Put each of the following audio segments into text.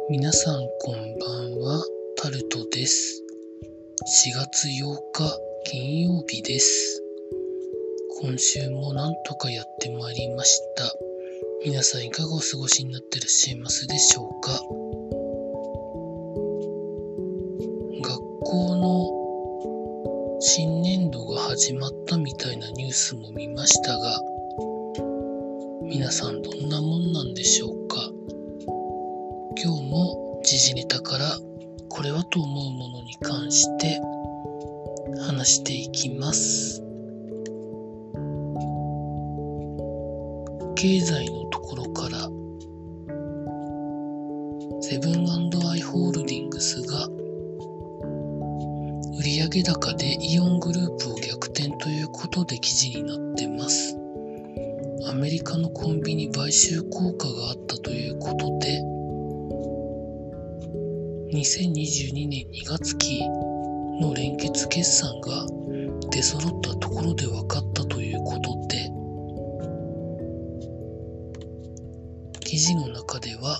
皆さんこんばんは、タルトです。4月8日金曜日です。今週もなんとかやってまいりました。皆さんいかがお過ごしになっていらっしゃいますでしょうか。学校の新年度が始まったみたいなニュースも見ましたが、皆さんどんなもんなんでしょうか。今日も時事ネタからこれはと思うものに関して話していきます。経済のところから、セブン&アイ・ホールディングスが売上高でイオングループを逆転ということで記事になってます。アメリカのコンビニ買収効果があったということで、2022年2月期の連結決算が出揃ったところで分かったということで、記事の中では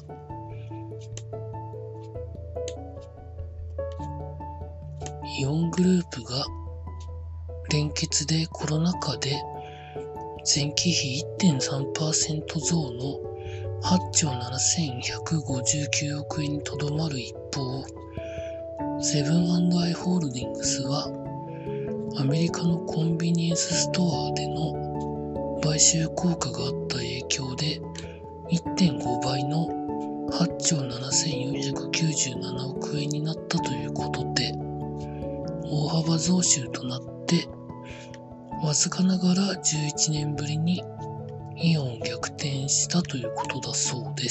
イオングループが連結でコロナ禍で前期比 1.3% 増の8兆7159億円にとどまる一方、セブン&アイ・ホールディングスはアメリカのコンビニエンスストアでの買収効果があった影響で 1.5 倍の8兆7497億円になったということで、大幅増収となってわずかながら11年ぶりにイオンを逆転したということだそうです。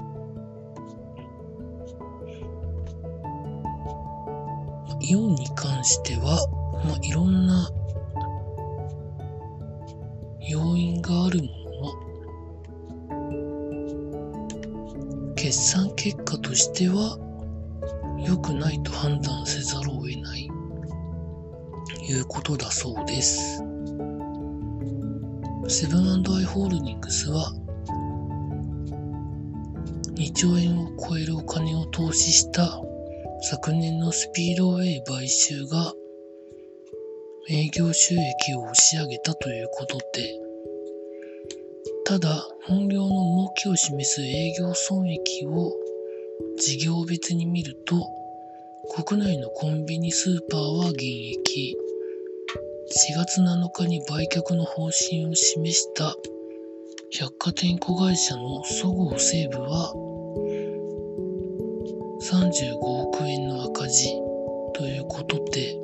イオンに関してはいろんな要因があるものの、決算結果としては良くないと判断せざるを得ないということだそうです。セブン&アイ・ホールディングスは2兆円を超えるお金を投資した昨年のスピードウェイ買収が営業収益を押し上げたということで、ただ本業の儲けを示す営業損益を事業別に見ると、国内のコンビニスーパーは減益、4月7日に売却の方針を示した百貨店子会社のそごう・西武は35億円の赤字ということで、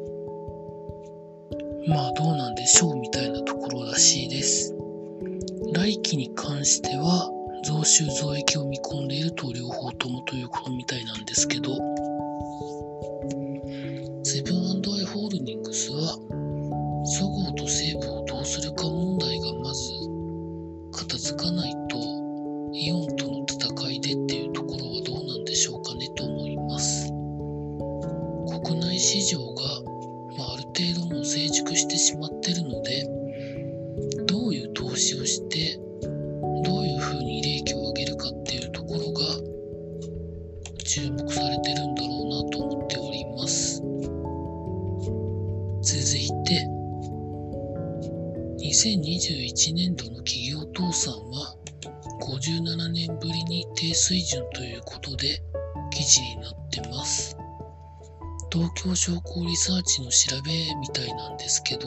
どうなんでしょうみたいなところらしいです。来期に関しては増収増益を見込んでいると両方ともということみたいなんですけど、セブン&アイ・ホールディングスはそごうと西武をどうするか問題がまず片付かないと、イオンとの戦いでっていうところはどうなんでしょうかねと思います。国内市場が、ある程度もう成熟してしまっているので、どういう投資をしてどういうふうに利益を上げるかっていうところが注目されてるんだろうなと思っております。続いて2021年度の企業倒産は57年ぶりに低水準ということで記事になってます。東京商工リサーチの調べみたいなんですけど、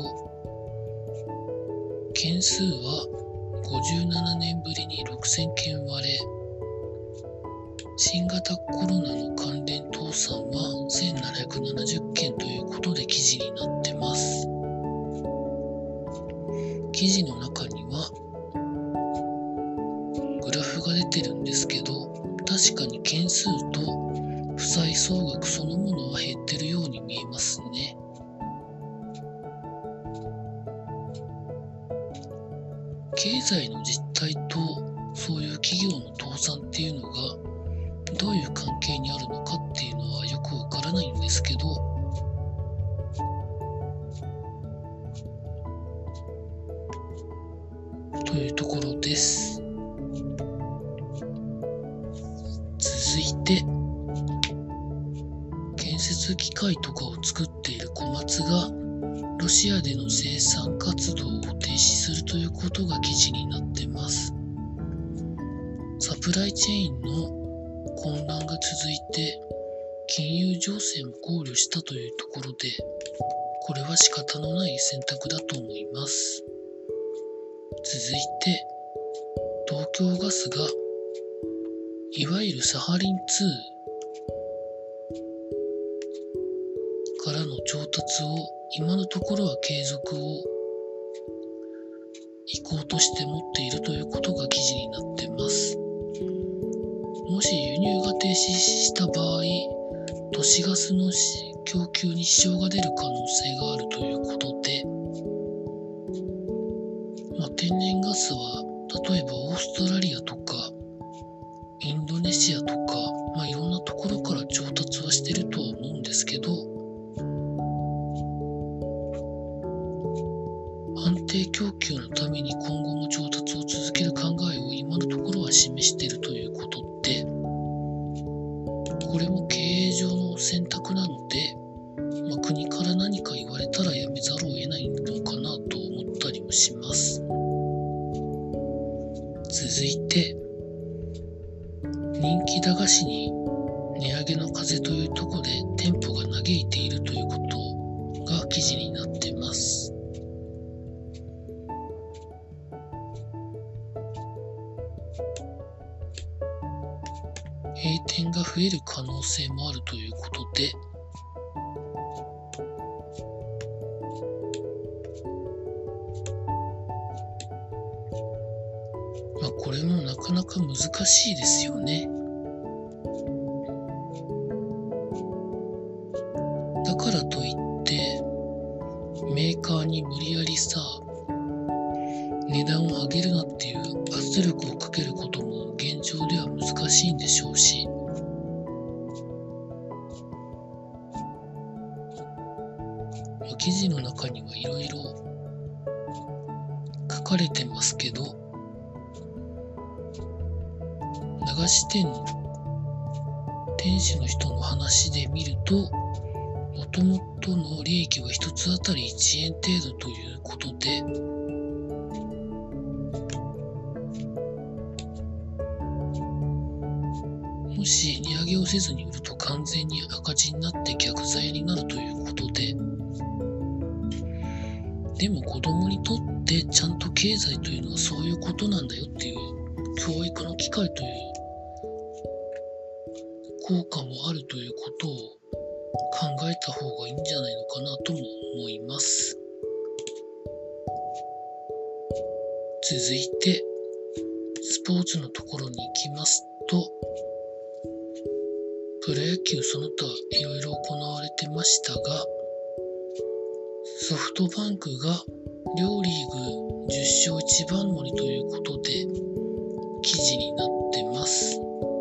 件数は57年ぶりに6000件割れ、新型コロナの関連倒産は1770件ということで記事になってます。記事の中にはグラフが出てるんですけど、確かに件数と負債総額そのものは減ってるように見えますね。経済の実態とそういう企業の倒産っていうのがどういう関係にあるのかっていうのはよくわからないんですけど、というところです。続いて械とかを作っている小松がロシアでの生産活動を停止するということが記事になっています。サプライチェーンの混乱が続いて金融情勢も考慮したというところで、これは仕方のない選択だと思います。続いて、東京ガスがいわゆるサハリン2からの調達を今のところは継続を意向として持っているということが記事になっています。もし輸入が停止した場合、都市ガスの供給に支障が出る可能性があるということで、天然ガスは例えばオーストラリアとかインドネシアとか、いろんなところから調達はしてるとは思うんですけど、安定供給のために今後も調達を続ける考えを今のところは示しているということで、これも経営上の選択なので、国から何か言われたらやめざるを得ないのかなと思ったりもします。続いて、人気駄菓子に値上げの風というところで店舗が嘆いているということが記事になっています。閉店が増える可能性もあるということで、これもなかなか難しいですよね。だからといってメーカーに無理やり値段を上げるなっていう圧力をかけることも現状では難しいんでしょうし、記事の中にはいろいろ書かれてますけど、駄菓子店の店主の人の話で見ると、もともとの利益は一つあたり1円程度ということで、もし値上げをせずに売ると完全に赤字になって逆ザヤになるということで、でも子供にとってちゃんと経済というのはそういうことなんだよっていう教育の機会という効果もあるということを考えた方がいいんじゃないのかなとも思います。続いてスポーツのところに行きますと、プロ野球その他いろいろ行われてましたが、ソフトバンクが両リーグ10勝1番乗りということで記事になってます。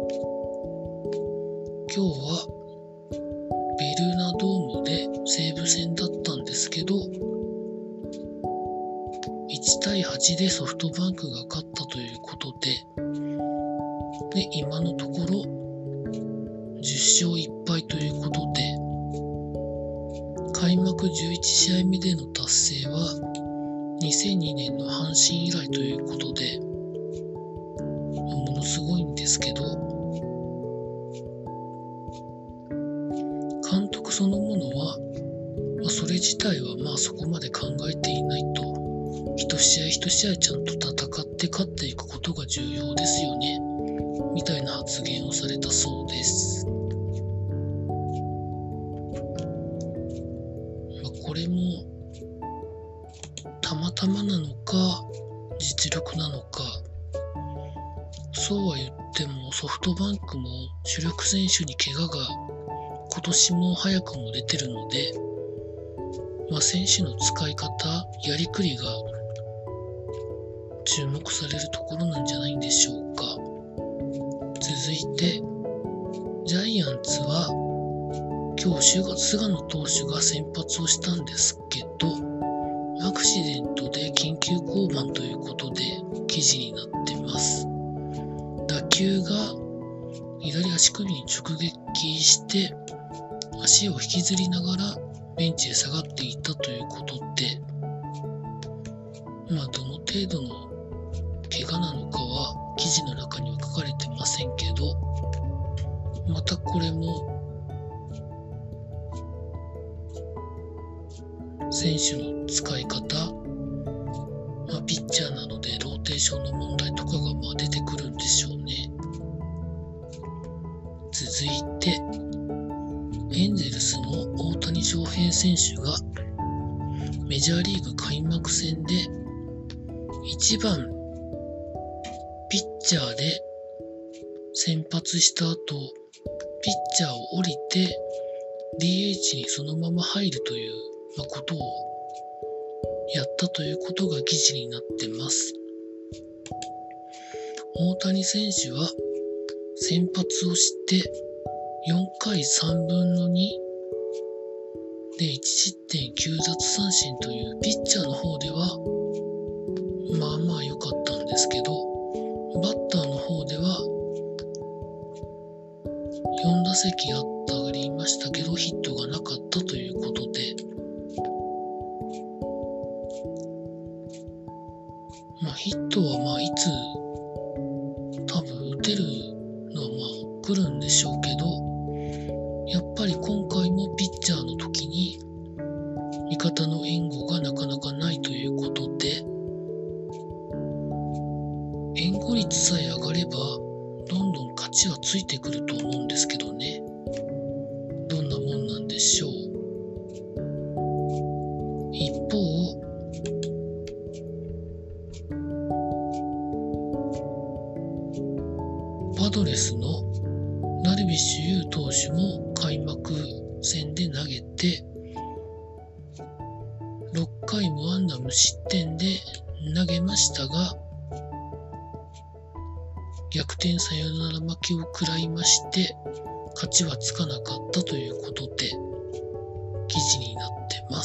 今日はベルーナドームで西武戦だったんですけど、1対8でソフトバンクが勝ったということで、今のところ10勝1敗ということで、開幕11試合目での達成は2002年の阪神以来ということで、ものすごいんですけど、監督そのものは、それ自体はそこまで考えていないと、一試合一試合ちゃんと戦って勝っていくことが重要ですよね、みたいな発言をされたそうです。これもたまたまなのか実力なのか、そうは言ってもソフトバンクも主力選手に怪我が今年も早くも出てるので、選手の使い方、やりくりが注目されるところなんじゃないんでしょうか。続いてジャイアンツは今日菅野投手が先発をしたんですけど、アクシデントで緊急降板ということで記事になっています。打球が左足首に直撃して足を引きずりながらベンチへ下がっていったということで、どの程度の怪我なのかは記事の中には書かれてませんけど、またこれも選手の使い方、ピッチャーなのでローテーションの問題とかが出てくるんでしょうね。続いて、エンゼルスの大谷翔平選手がメジャーリーグ開幕戦で1番ピッチャーで先発した後、ピッチャーを降りて DH にそのまま入るということをやったということが記事になってます。大谷選手は先発をして4回3分の2で1失点9奪三振というピッチャーの方では良かったんですけど、バッターの方では4打席ありましたけどヒットがなかったということで、ヒットはいつ多分打てるのは来るんでしょうけど、やっぱり今回もピッチャーの時に味方の援護がなかなかないということで、援護率さえ上がればどんどん勝ちはついてくると思うんですけどね。どんなもんなんでしょう。一方、パドレスのダルビッシュ有投手も開幕戦で投げて6回無安打無失点で投げましたが、逆転サヨナラ負けを食らいまして勝ちはつかなかったということで記事になってます。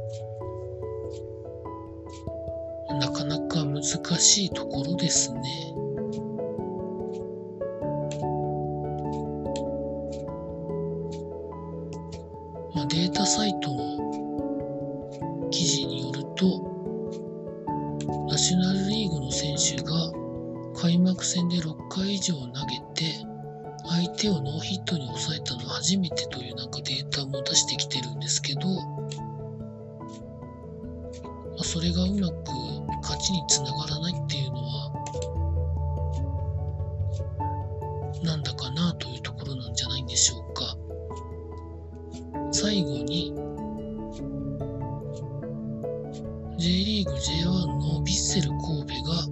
なかなか難しいところですね。データサイトの記事によると、ナショナルリーグの選手が開幕戦で6回以上投げて相手をノーヒットに抑えたのは初めてというデータも出してきてるんですけど、それがうまく勝ちにつながらないっていうのはなんだかなというところなんじゃないんでしょうか。最後に J リーグ J1 のヴィッセル神戸が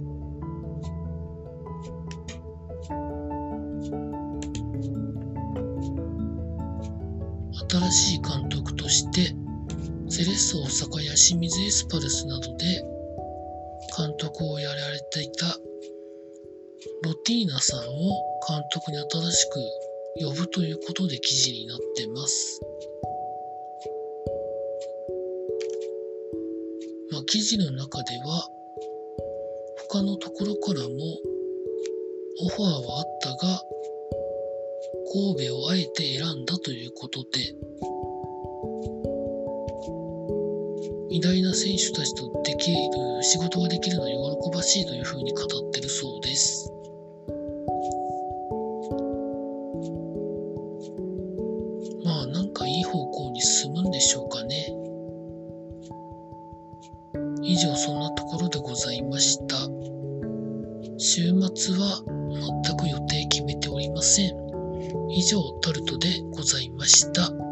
新しい監督としてセレッソ大阪や清水エスパルスなどで監督をやられていたロティーナさんを監督に新しく呼ぶということで記事になってます。記事の中では他のところからもオファーはあったが神戸をあえて選んだということで、偉大な選手たちとできる仕事ができるのは喜ばしいというふうに語ってるそうです。なんかいい方向に進むんでしょうかね。以上そんなところでございました。週末は全く予定決めておりません。以上タルトでございました。